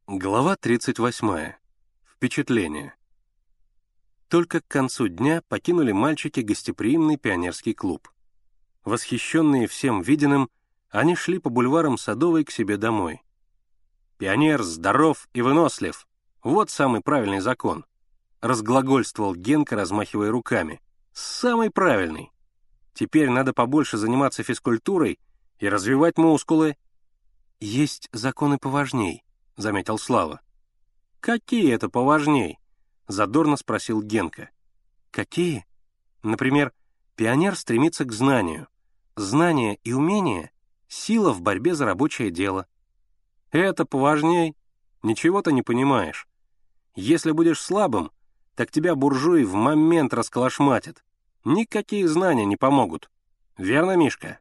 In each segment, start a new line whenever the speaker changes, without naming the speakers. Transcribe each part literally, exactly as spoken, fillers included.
Глава тридцать восьмая. Впечатление. Только к концу дня покинули мальчики гостеприимный пионерский клуб. Восхищенные всем виденным, они шли по бульварам Садовой к себе домой. «Пионер здоров и вынослив! Вот самый правильный закон!» — разглагольствовал Генка, размахивая руками. «Самый правильный! Теперь надо побольше заниматься физкультурой и развивать мускулы». «Есть законы поважней», — заметил Слава. «Какие это поважней?» — задорно спросил Генка. «Какие? Например, пионер стремится к знанию. Знание и умение — сила в борьбе за рабочее дело». «Это поважней? Ничего ты не понимаешь. Если будешь слабым, так тебя буржуи в момент расколошматят. Никакие знания не помогут. Верно, Мишка?»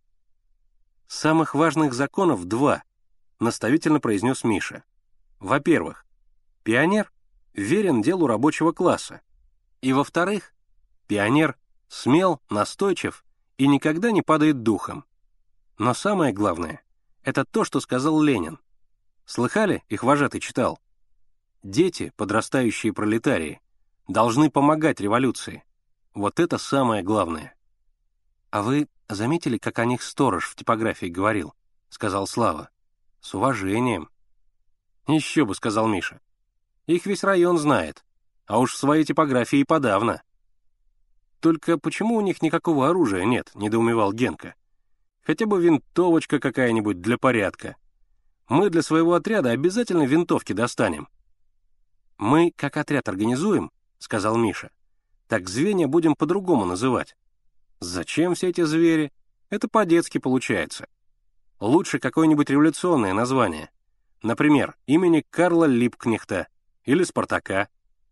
«Самых важных законов два», — наставительно произнес Миша. «Во-первых, пионер верен делу рабочего класса. И во-вторых, пионер смел, настойчив и никогда не падает духом. Но самое главное — это то, что сказал Ленин. Слыхали, их вожатый читал? Дети, подрастающие пролетарии, должны помогать революции. Вот это самое главное». «А вы заметили, как о них сторож в типографии говорил?» — сказал Слава. «С уважением». «Еще бы», — сказал Миша. «Их весь район знает, а уж в своей типографии подавно». «Только почему у них никакого оружия нет?» — недоумевал Генка. «Хотя бы винтовочка какая-нибудь для порядка. Мы для своего отряда обязательно винтовки достанем». «Мы, как отряд организуем», — сказал Миша, «так звенья будем по-другому называть». «Зачем все эти звери? Это по-детски получается. Лучше какое-нибудь революционное название. Например, имени Карла Липкнехта или Спартака».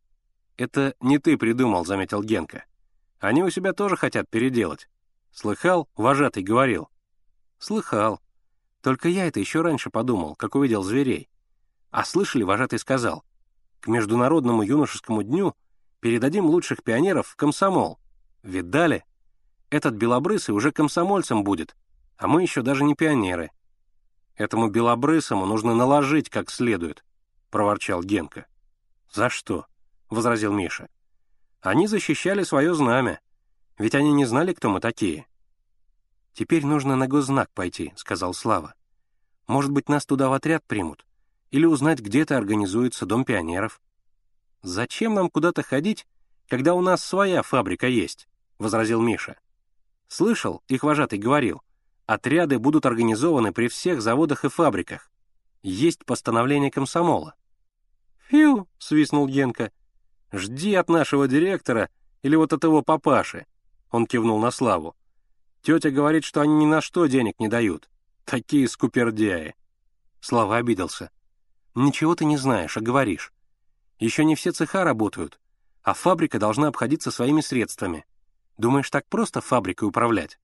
«Это не ты придумал», — заметил Генка. «Они у себя тоже хотят переделать. Слыхал, вожатый говорил?» «Слыхал. Только я это еще раньше подумал, как увидел зверей. А слышали, вожатый сказал, к Международному юношескому дню передадим лучших пионеров в комсомол. Видали? Этот белобрысый уже комсомольцем будет, а мы еще даже не пионеры». «Этому белобрысому нужно наложить как следует», — проворчал Генка. «За что?» — возразил Миша. «Они защищали свое знамя, ведь они не знали, кто мы такие». «Теперь нужно на госзнак пойти», — сказал Слава. «Может быть, нас туда в отряд примут? Или узнать, где-то организуется дом пионеров?» «Зачем нам куда-то ходить, когда у нас своя фабрика есть?» — возразил Миша. «Слышал, их вожатый говорил, отряды будут организованы при всех заводах и фабриках. Есть постановление комсомола». «Фью!» — свистнул Генка. «Жди от нашего директора или вот от его папаши», — он кивнул на Славу. «Тетя говорит, что они ни на что денег не дают. Такие скупердяи». Слава обиделся. «Ничего ты не знаешь, а говоришь. Еще не все цеха работают, а фабрика должна обходиться своими средствами. Думаешь, так просто фабрикой управлять?»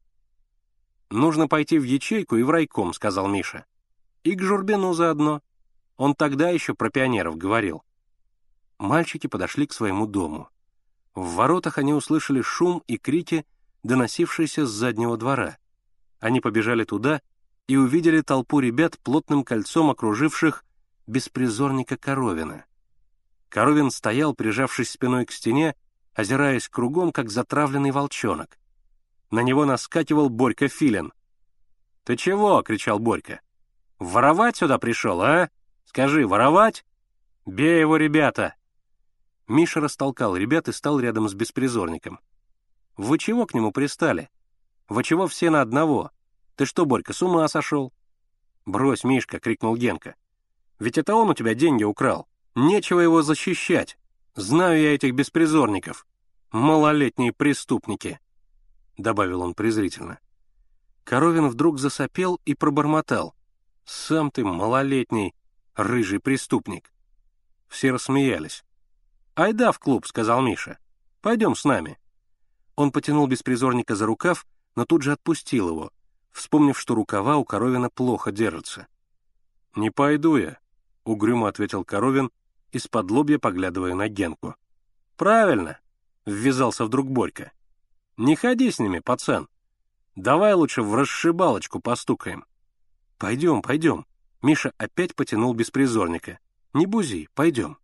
«Нужно пойти в ячейку и в райком», — сказал Миша. «И к Журбину заодно. Он тогда еще про пионеров говорил». Мальчики подошли к своему дому. В воротах они услышали шум и крики, доносившиеся с заднего двора. Они побежали туда и увидели толпу ребят, плотным кольцом окруживших беспризорника Коровина. Коровин стоял, прижавшись спиной к стене, озираясь кругом, как затравленный волчонок. На него наскакивал Борька Филин. «Ты чего?» — кричал Борька. «Воровать сюда пришел, а? Скажи, воровать? Бей его, ребята!» Миша растолкал ребят и стал рядом с беспризорником. «Вы чего к нему пристали? Вы чего все на одного? Ты что, Борька, с ума сошел?» «Брось, Мишка!» — крикнул Генка. «Ведь это он у тебя деньги украл. Нечего его защищать. Знаю я этих беспризорников. Малолетние преступники!» — добавил он презрительно. Коровин вдруг засопел и пробормотал. «Сам ты малолетний, рыжий преступник». Все рассмеялись. «Айда в клуб», — сказал Миша. «Пойдем с нами». Он потянул беспризорника за рукав, но тут же отпустил его, вспомнив, что рукава у Коровина плохо держатся. «Не пойду я», — угрюмо ответил Коровин, из-под лобья поглядывая на Генку. «Правильно», — ввязался вдруг Борька. «Не ходи с ними, пацан. Давай лучше в расшибалочку постукаем». «Пойдем, пойдем». Миша опять потянул беспризорника. Не бузи, пойдем».